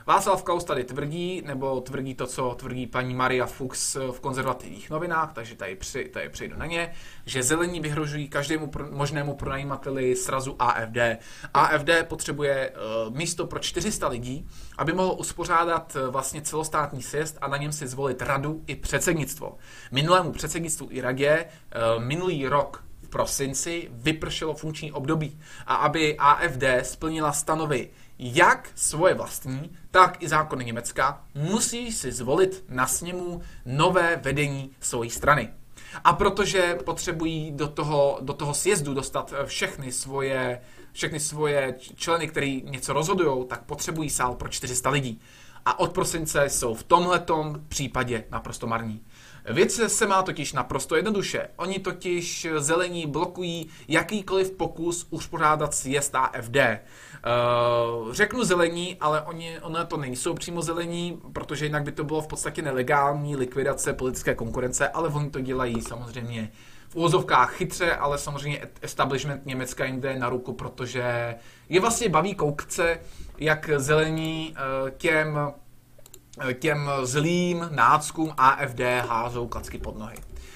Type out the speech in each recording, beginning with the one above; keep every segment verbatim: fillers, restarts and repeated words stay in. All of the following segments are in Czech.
Václav Klaus tady tvrdí, nebo tvrdí to, co tvrdí paní Maria Fuchs v Konzervativních novinách, takže tady, při, tady přejdu na ně, že zelení vyhrožují každému pro, možnému pronajímateli srazu A F D. A F D potřebuje uh, místo pro čtyři sta lidí, aby mohlo uspořádat uh, vlastně celostátní sjezd a na něm si zvolit radu i předsednictvo. Minulému předsednictvu i radě uh, minulý rok v prosinci vypršelo funkční období a aby A F D splnila stanovy jak svoje vlastní, tak i zákony Německa, musí si zvolit na sněmu nové vedení své strany. A protože potřebují do toho, do toho sjezdu dostat všechny svoje, všechny svoje členy, kteří něco rozhodují, tak potřebují sál pro čtyři sta lidí. A od prosince jsou v tomhletom případě naprosto marní. Věc se má totiž naprosto jednoduše. Oni totiž zelení blokují jakýkoliv pokus uspořádat sjezd A F D. Uh, řeknu zelení, ale oni, ono to nejsou přímo zelení, protože jinak by to bylo v podstatě nelegální likvidace politické konkurence, ale oni to dělají samozřejmě v úvozovkách chytře, ale samozřejmě establishment Německa jim jde na ruku, protože je vlastně baví koukce, jak zelení uh, těm těm zlým náckům A F D házou klacky pod nohy.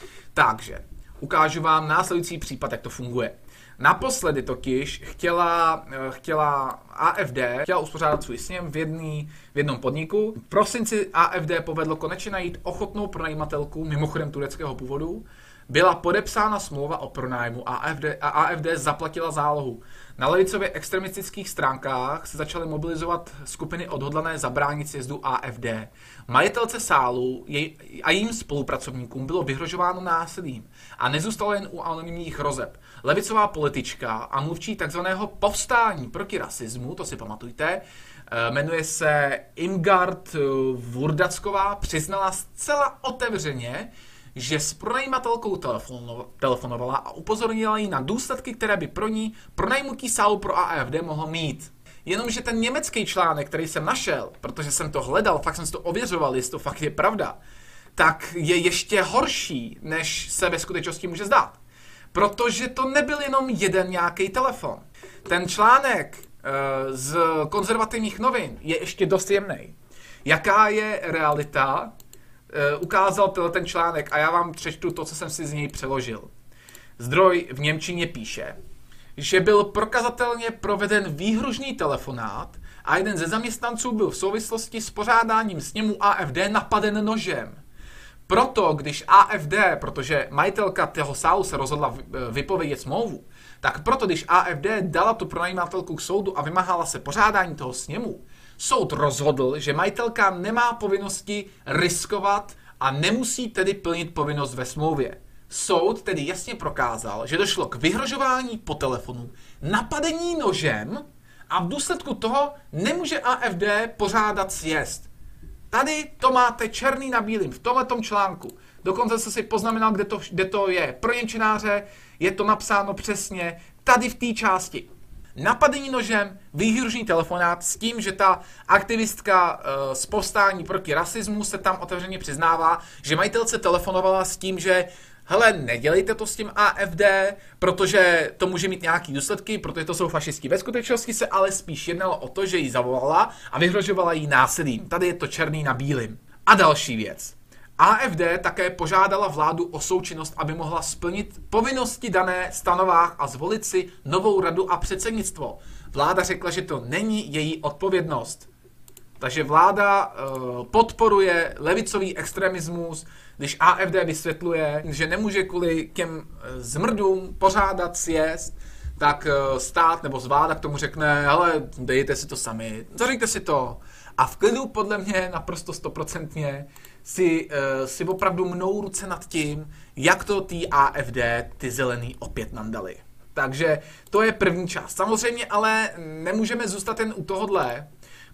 Takže ukážu vám následující případ, jak to funguje. Naposledy totiž chtěla, chtěla A F D chtěla uspořádat svůj sněm v, jedný, v jednom podniku. V prosinci A F D povedlo konečně najít ochotnou pronajímatelku, mimochodem tureckého původu. Byla podepsána smlouva o pronájmu a A F D, a A F D zaplatila zálohu. Na levicově extremistických stránkách se začaly mobilizovat skupiny odhodlané zabránit sjezdu A F D. Majitelce sálu jej, a jejím spolupracovníkům bylo vyhrožováno násilím a nezůstalo jen u anonymních hrozeb. Levicová politička a mluvčí takzvaného povstání proti rasismu, to si pamatujte, jmenuje se Irmgard Vurdacková, přiznala zcela otevřeně, že s pronajímatelkou telefono- telefonovala a upozornila ji na důsledky, které by pro ní pronajmutí sálu pro A F D mohlo mít. Jenomže ten německý článek, který jsem našel, protože jsem to hledal, fakt jsem si to ověřoval, jestli to fakt je pravda, tak je ještě horší, než se ve skutečnosti může zdát. Protože to nebyl jenom jeden nějaký telefon. Ten článek e, z konzervativních novin je ještě dost jemnej. Jaká je realita? Uh, ukázal ten článek a já vám přečtu to, co jsem si z něj přeložil. Zdroj v němčině píše, že byl prokazatelně proveden výhružný telefonát a jeden ze zaměstnanců byl v souvislosti s pořádáním sněmu A F D napaden nožem. Proto, když A F D, protože majitelka toho sálu se rozhodla vypovědět smlouvu, tak proto, když A F D dala tu pronajímatelku k soudu a vymáhala se pořádání toho sněmu, soud rozhodl, že majitelka nemá povinnosti riskovat a nemusí tedy plnit povinnost ve smlouvě. Soud tedy jasně prokázal, že došlo k vyhrožování po telefonu, napadení nožem a v důsledku toho nemůže A F D pořádat sjezd. Tady to máte černý na bílým v tomhletom článku. Dokonce jsem si poznamenal, kde to, kde to je. Pro němčináře je to napsáno přesně tady v té části. Napadení nožem, výhružný telefonát s tím, že ta aktivistka e, z povstání proti rasismu se tam otevřeně přiznává, že majitelce telefonovala s tím, že hele, nedělejte to s tím A F D, protože to může mít nějaký důsledky, protože to jsou fašisti. Ve skutečnosti se ale spíš jednalo o to, že ji zavolala a vyhrožovala jí násilím. Tady je to černý na bílým. A další věc. A F D také požádala vládu o součinnost, aby mohla splnit povinnosti dané stanovách a zvolit si novou radu a předsednictvo. Vláda řekla, že to není její odpovědnost. Takže vláda uh, podporuje levicový extremismus, když A F D vysvětluje, že nemůže kvůli těm zmrdům pořádat sjezd, tak uh, stát nebo vláda k tomu řekne, hele, dejte si to sami, zařiďte si to. A v klidu podle mě naprosto stoprocentně si, uh, si opravdu mnou ruce nad tím, jak to tý A F D ty zelený opět nandali. Takže to je první část. Samozřejmě ale nemůžeme zůstat jen u tohodle,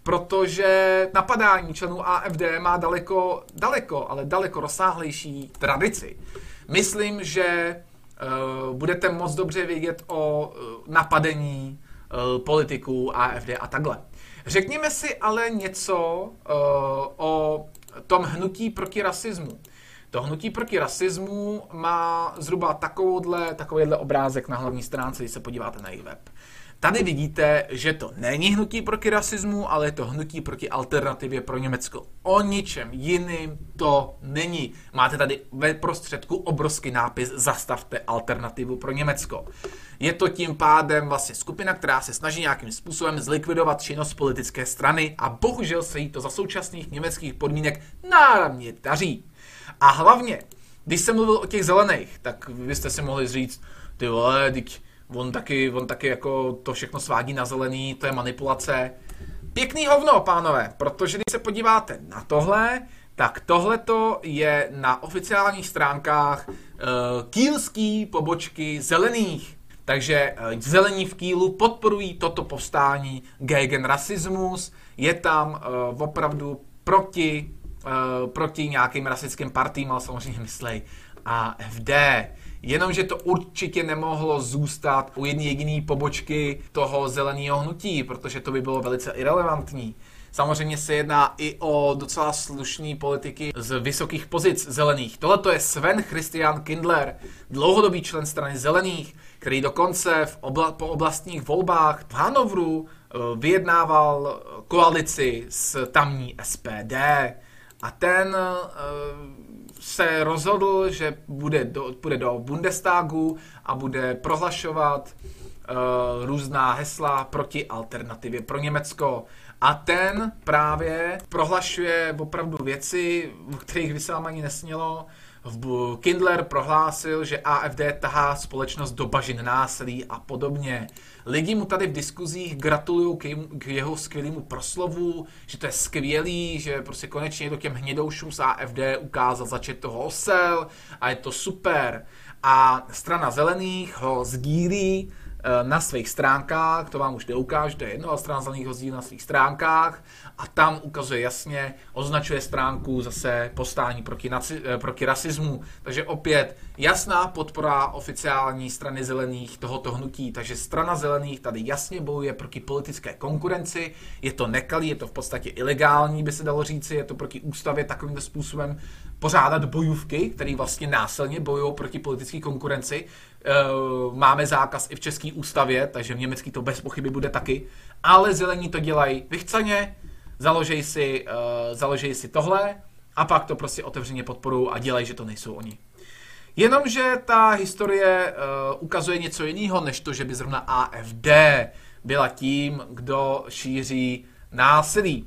protože napadání členů A F D má daleko, daleko, ale daleko rozsáhlejší tradici. Myslím, že uh, budete moc dobře vědět o uh, napadení uh, politiků A F D a takhle. Řekněme si ale něco uh, o tom hnutí proti rasismu. To hnutí proti rasismu má zhruba takovouhle, takovýhle obrázek na hlavní stránce, když se podíváte na jejich web. Tady vidíte, že to není hnutí proti rasismu, ale je to hnutí proti alternativě pro Německo. O ničem jiným to není. Máte tady ve prostředku obrovský nápis Zastavte alternativu pro Německo. Je to tím pádem vlastně skupina, která se snaží nějakým způsobem zlikvidovat činnost politické strany a bohužel se jí to za současných německých podmínek náramně daří. A hlavně, když jsem mluvil o těch zelených, tak vy jste si mohli říct, ty vole, teď on taky, on taky jako to všechno svádí na zelený, to je manipulace. Pěkný hovno, pánové, protože když se podíváte na tohle, tak tohleto je na oficiálních stránkách uh, kielský pobočky zelených. Takže uh, zelení v Kielu podporují toto povstání gegen rasismus, je tam uh, opravdu proti, uh, proti nějakým rasistickým partím, ale samozřejmě myslej A F D. Jenomže to určitě nemohlo zůstat u jedné jediné pobočky toho zeleného hnutí, protože to by bylo velice irelevantní. Samozřejmě se jedná i o docela slušný politiky z vysokých pozic zelených. Tohle je Sven Christian Kindler, dlouhodobý člen strany zelených, který dokonce v obla- po oblastních volbách v Hanovru vyjednával koalici s tamní S P D. A ten se rozhodl, že bude do, půjde do Bundestagu a bude prohlašovat uh, různá hesla proti alternativě pro Německo. A ten právě prohlašuje opravdu věci, o kterých by se vám ani nesmělo. Kindler prohlásil, že A F D tahá společnost do bažin násilí a podobně. Lidi mu tady v diskuzích gratulují k jeho skvělému proslovu, že to je skvělý, že prostě konečně to těm hnědoušům z A F D ukázal začet toho osel a je to super. A strana zelených ho sdílí na svých stránkách, to vám už neukážu, to je jedno, ale strana zelených ho sdílí na svých stránkách a tam ukazuje jasně, označuje stránku zase povstání proti, naci, proti rasismu. Takže opět jasná podpora oficiální strany zelených tohoto hnutí. Takže strana zelených tady jasně bojuje proti politické konkurenci. Je to nekalý, je to v podstatě ilegální, by se dalo říci, je to proti ústavě takovýmto způsobem pořádat bojůvky, které vlastně násilně bojují proti politické konkurenci. Máme zákaz i v české ústavě, takže v německý to bez pochyby bude taky. Ale zelení to dělají vychcaně, založej si, uh, založej si tohle a pak to prostě otevřeně podporují a dělají, že to nejsou oni. Jenomže ta historie uh, ukazuje něco jiného, než to, že by zrovna A F D byla tím, kdo šíří násilí.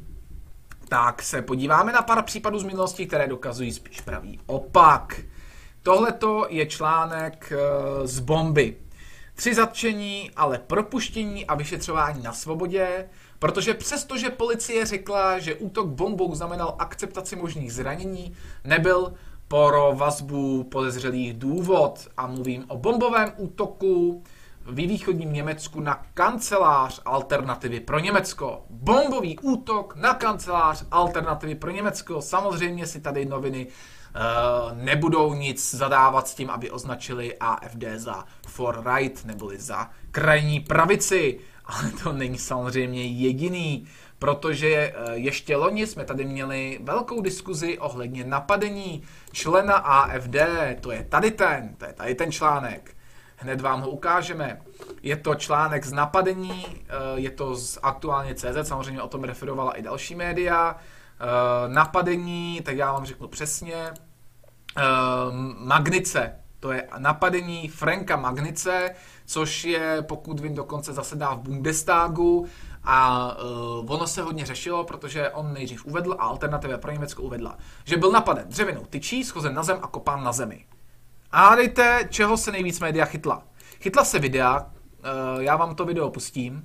Tak se podíváme na pár případů z minulosti, které dokazují spíš pravý opak. Tohleto je článek uh, z Bomby. Tři zatčení, ale propuštění a vyšetřování na svobodě, protože přestože policie řekla, že útok bombou znamenal akceptaci možných zranění, nebyl pro vazbu podezřelých důvod. A mluvím o bombovém útoku v východním Německu na kancelář Alternativy pro Německo. Bombový útok na kancelář Alternativy pro Německo. Samozřejmě si tady noviny Uh, nebudou nic zadávat s tím, aby označili A F D za for right, neboli za krajní pravici. Ale to není samozřejmě jediný, protože uh, ještě loni jsme tady měli velkou diskuzi ohledně napadení člena A F D. To je tady ten, to je tady ten článek. Hned vám ho ukážeme. Je to článek z napadení, uh, je to z aktuálně C Z, samozřejmě o tom referovala i další média. Uh, napadení, tak já vám řeknu přesně, uh, Magnice, to je napadení Franka Magnice, což je, pokud vím, dokonce zasedá v Bundestagu a uh, ono se hodně řešilo, protože on nejdřív uvedl a Alternativa pro Německo uvedla, že byl napaden dřevěnou tyčí, schozen na zem a kopán na zemi. A dejte, čeho se nejvíc média chytla. Chytla se videa, uh, já vám to video pustím,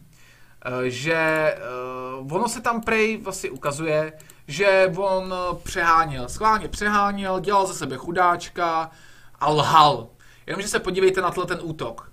že uh, ono se tam prej vlastně ukazuje, že on přeháněl, schválně přeháněl, dělal ze sebe chudáčka a lhal. Jenomže se podívejte na ten útok.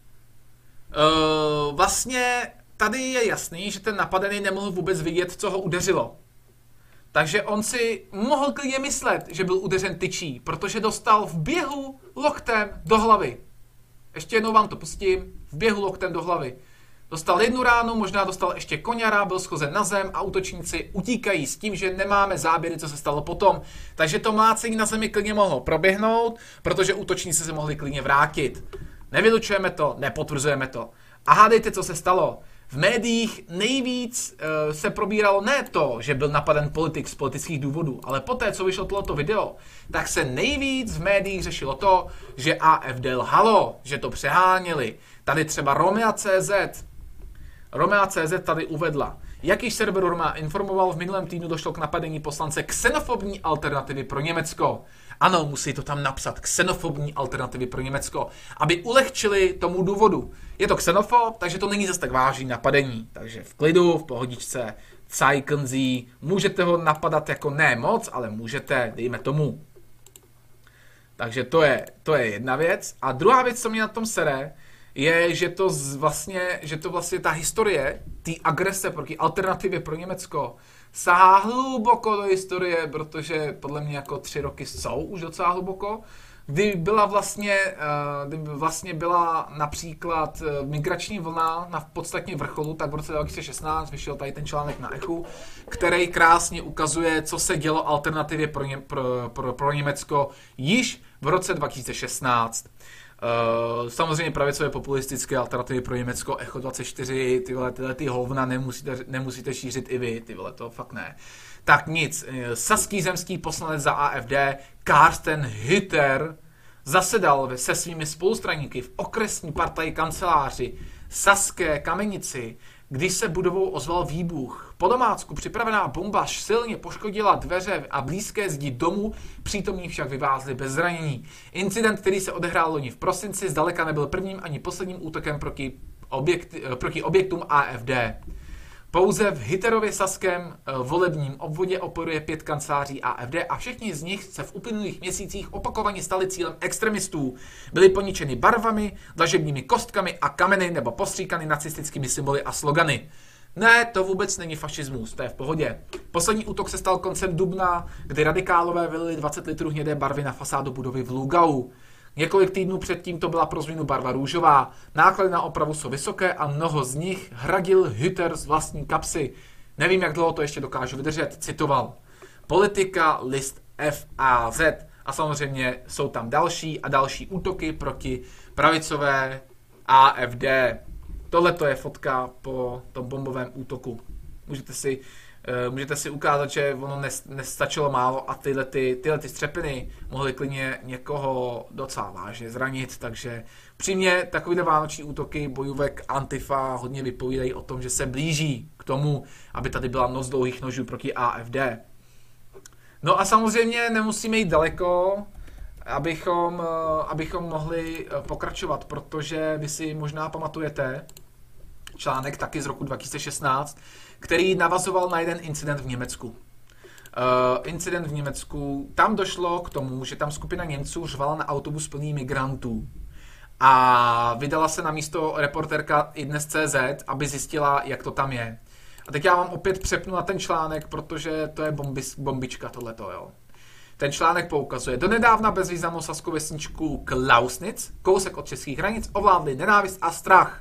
Uh, vlastně tady je jasný, že ten napadený nemohl vůbec vidět, co ho udeřilo. Takže on si mohl klidně myslet, že byl udeřen tyčí, protože dostal v běhu loktem do hlavy. Ještě jednou vám to pustím, v běhu loktem do hlavy. Dostal jednu ránu, možná dostal ještě koňara, byl schozen na zem a útočníci utíkají s tím, že nemáme záběry, co se stalo potom. Takže to mlácení na zemi klidně mohlo proběhnout, protože útočníci se mohli klidně vrátit. Nevylučujeme to, nepotvrzujeme to. A hádejte, co se stalo. V médiích nejvíc uh, se probíralo ne to, že byl napaden politik z politických důvodů, ale poté, co vyšlo tohleto video, tak se nejvíc v médiích řešilo to, že A F D lhalo, že to přeháněli. Tady třeba Romea tečka cé zet. Romea tečka cé zet tady uvedla. Jak již server Romea informoval, v minulém týdnu došlo k napadení poslance xenofobní alternativy pro Německo. Ano, musí to tam napsat, xenofobní alternativy pro Německo, aby ulehčili tomu důvodu. Je to xenofob, takže to není zase tak vážný napadení. Takže v klidu, v pohodičce, cajknzí, můžete ho napadat jako ne moc, ale můžete, dejme tomu. Takže to je, to je jedna věc. A druhá věc, co mě na tom sere, je, že to z, vlastně, že to vlastně ta historie, té agrese proti alternativě pro Německo, sahá hluboko do historie, protože podle mě jako tři roky jsou už docela hluboko, kdy byla vlastně, kdy vlastně byla například migrační vlna na podstatně vrcholu, tak v roce dva tisíce šestnáct vyšel tady ten článek na Echu, který krásně ukazuje, co se dělo alternativě pro, ně, pro, pro, pro Německo již v roce dva tisíce šestnáct. Uh, samozřejmě pravicové populistické alternativy pro Německo, Echo dvacet čtyři, tyhle, tyhle ty hovna nemusíte, nemusíte šířit i vy, tyhle to fakt ne. Tak nic, saský zemský poslanec za A F D Carsten Hütter zasedal se svými spolustraníky v okresní partaji kanceláři Saské Kamenici, když se budovou ozval výbuch. Po domácku připravená bomba silně poškodila dveře a blízké zdi domu, přítomní však vyvázli bez zranění. Incident, který se odehrál loni v prosinci, zdaleka nebyl prvním ani posledním útokem proti, objekt, proti objektům A F D. Pouze v Hitterově saském volebním obvodě operuje pět kanceláří A F D a všichni z nich se v uplynulých měsících opakovaně stali cílem extremistů. Byly poničeny barvami, dlažebními kostkami a kameny nebo postříkany nacistickými symboly a slogany. Ne, to vůbec není fašismus, to je v pohodě. Poslední útok se stal koncem dubna, kdy radikálové vylili dvacet litrů hnědé barvy na fasádu budovy v Lugau. Několik týdnů předtím to byla pro změnu barva růžová. Náklady na opravu jsou vysoké a mnoho z nich hradil Hütter z vlastní kapsy. Nevím, jak dlouho to ještě dokážu vydržet, citoval. Politika list F A Z. A samozřejmě jsou tam další a další útoky proti pravicové A F D. Tohle to je fotka po tom bombovém útoku. Můžete si, uh, můžete si ukázat, že ono nestačilo málo a tyhle, ty, tyhle ty střepiny mohly klidně někoho docela vážně zranit, takže přímě takovýhle vánoční útoky bojůvek Antifa hodně vypovídají o tom, že se blíží k tomu, aby tady byla noc dlouhých nožů proti A F D. No a samozřejmě nemusíme jít daleko, abychom, abychom mohli pokračovat, protože vy si možná pamatujete článek taky z roku dva tisíce šestnáct, který navazoval na jeden incident v Německu. Uh, incident v Německu, tam došlo k tomu, že tam skupina Němců řvala na autobus plný migrantů. A vydala se na místo reportérka iDnes tečka cé zet, aby zjistila, jak to tam je. A teď já vám opět přepnu na ten článek, protože to je bombis, bombička tohleto, jo. Ten článek poukazuje, donedávna bezvýznamnou saskou vesničku Klausnitz, kousek od českých hranic, ovládli nenávist a strach.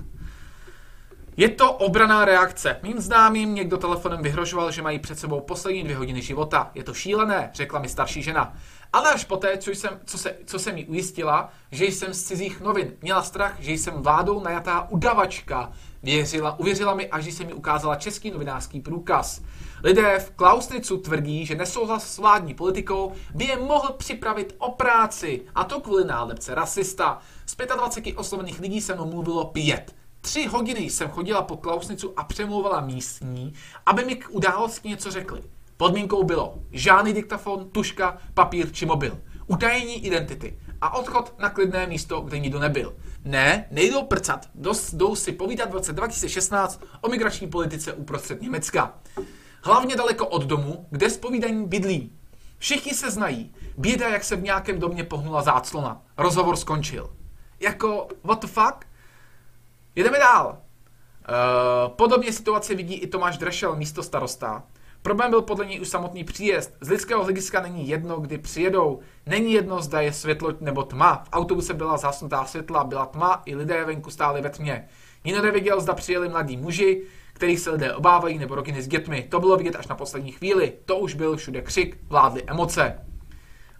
Je to obranná reakce. Mým známým někdo telefonem vyhrožoval, že mají před sebou poslední dvě hodiny života. Je to šílené, řekla mi starší žena. Ale až poté, co jsem, co se, co jsem jí ujistila, že jsem z cizích novin, měla strach, že jsem vládou najatá udavačka. Věřila, uvěřila mi, až jsem mi ukázala český novinářský průkaz. Lidé v Klausnicu tvrdí, že nesouhlas s vládní politikou by je mohl připravit o práci. A to kvůli nálepce rasista. Z dvaceti pěti oslovených lidí se mnou mluvilo pět. Tři hodiny jsem chodila po Klausnicu a přemlouvala místní, aby mi k události něco řekli. Podmínkou bylo žádný diktafon, tuška, papír či mobil. Utajení identity a odchod na klidné místo, kde nikdo nebyl. Ne, nejdou prcat, jdou si povídat v roce dva tisíce šestnáct o migrační politice uprostřed Německa. Hlavně daleko od domu, kde zpovídaní bydlí. Všichni se znají. Běda, jak se v nějakém domě pohnula záclona. Rozhovor skončil. Jako, what the fuck? Jedeme dál. Uh, podobně situaci vidí i Tomáš Drešel, místo starosta. Problém byl podle něj už samotný příjezd. Z lidského hlediska není jedno, kdy přijedou. Není jedno, zda je světlo nebo tma. V autobuse byla zhasnutá světla, byla tma, i lidé venku stáli ve tmě. Nikdo nevěděl, zda přijeli mladí muži, kterých se lidé obávají, nebo rodiny s dětmi. To bylo vidět až na poslední chvíli. To už byl všude křik, vládly emoce.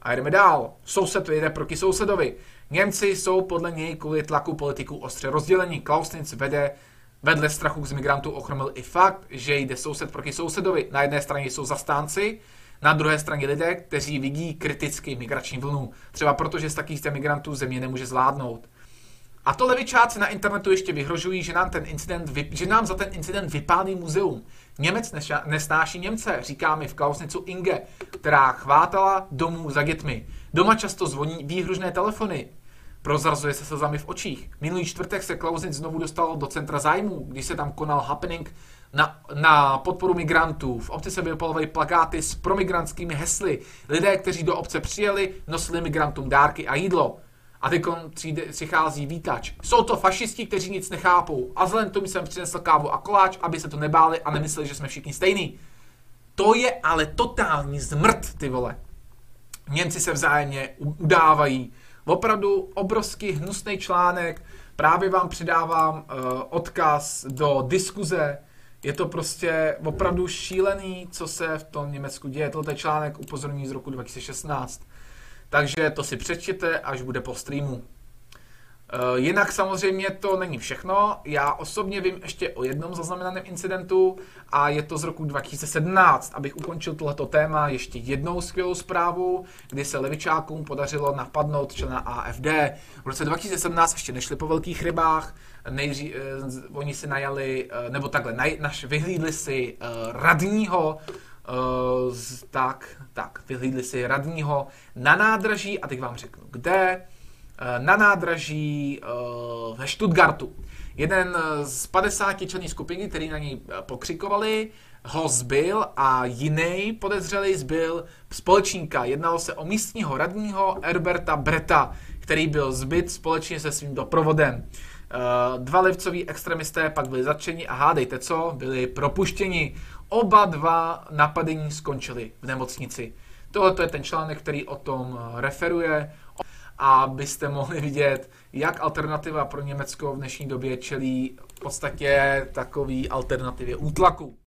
A jdeme dál. Soused jde proti sousedovi. Němci jsou podle něj kvůli tlaku politiků ostře rozdělení. Klausnitz vede vedle strachu z migrantů ochromil i fakt, že jde soused proti sousedovi. Na jedné straně jsou zastánci, na druhé straně lidé, kteří vidí kriticky migrační vlnu. Třeba proto, že z takových migrantů země nemůže zvládnout. A to levičáci na internetu ještě vyhrožují, že nám, ten incident, že nám za ten incident vypálí muzeum. Němec nesnáší Němce, říká mi v Klausnicu Inge, která chvátala domů za dětmi. Doma často zvoní výhružné telefony. Prozrazuje se slzami v očích. Minulý čtvrtek se Klausnic znovu dostal do centra zájmu, když se tam konal happening na, na podporu migrantů. V obci se vypalovaly plakáty s promigrantskými hesly. Lidé, kteří do obce přijeli, nosili migrantům dárky a jídlo. A teď přichází vítač. Jsou to fašisti, kteří nic nechápou. A vzhledem k tomu jsem přinesl kávu a koláč, aby se to nebáli a nemysleli, že jsme všichni stejný. To je ale totální zmrt, ty vole. Němci se vzájemně udávají. Opravdu obrovský hnusný článek. Právě vám přidávám uh, odkaz do diskuze. Je to prostě opravdu šílený, co se v tom Německu děje. Tohle je článek upozornění z roku dva tisíce šestnáct. Takže to si přečtěte, až bude po streamu. E, jinak samozřejmě to není všechno. Já osobně vím ještě o jednom zaznamenaném incidentu a je to z roku dva tisíce sedmnáct. Abych ukončil tohleto téma ještě jednou skvělou zprávu, kdy se levičákům podařilo napadnout člena A F D. V roce dva tisíce sedmnáct ještě nešli po velkých rybách. Nejdří, eh, oni si najali, eh, nebo takhle, naj, naš, vyhlídli si eh, radního, Uh, z, tak, tak, vyhlídli si radního na nádraží, a teď vám řeknu, kde, uh, na nádraží uh, ve Stuttgartu. Jeden z padesáti členů skupiny, který na něj pokřikovali, ho zbyl a jiný podezřelý zbyl společníka. Jednalo se o místního radního Herberta Bretta, který byl zbyt společně se svým doprovodem. Uh, dva levicoví extremisté pak byli zatčeni a hádejte co, byli propuštěni. Oba dva napadení skončily v nemocnici. Tohle je ten článek, který o tom referuje, abyste mohli vidět, jak alternativa pro Německo v dnešní době čelí v podstatě takový alternativě útlaku.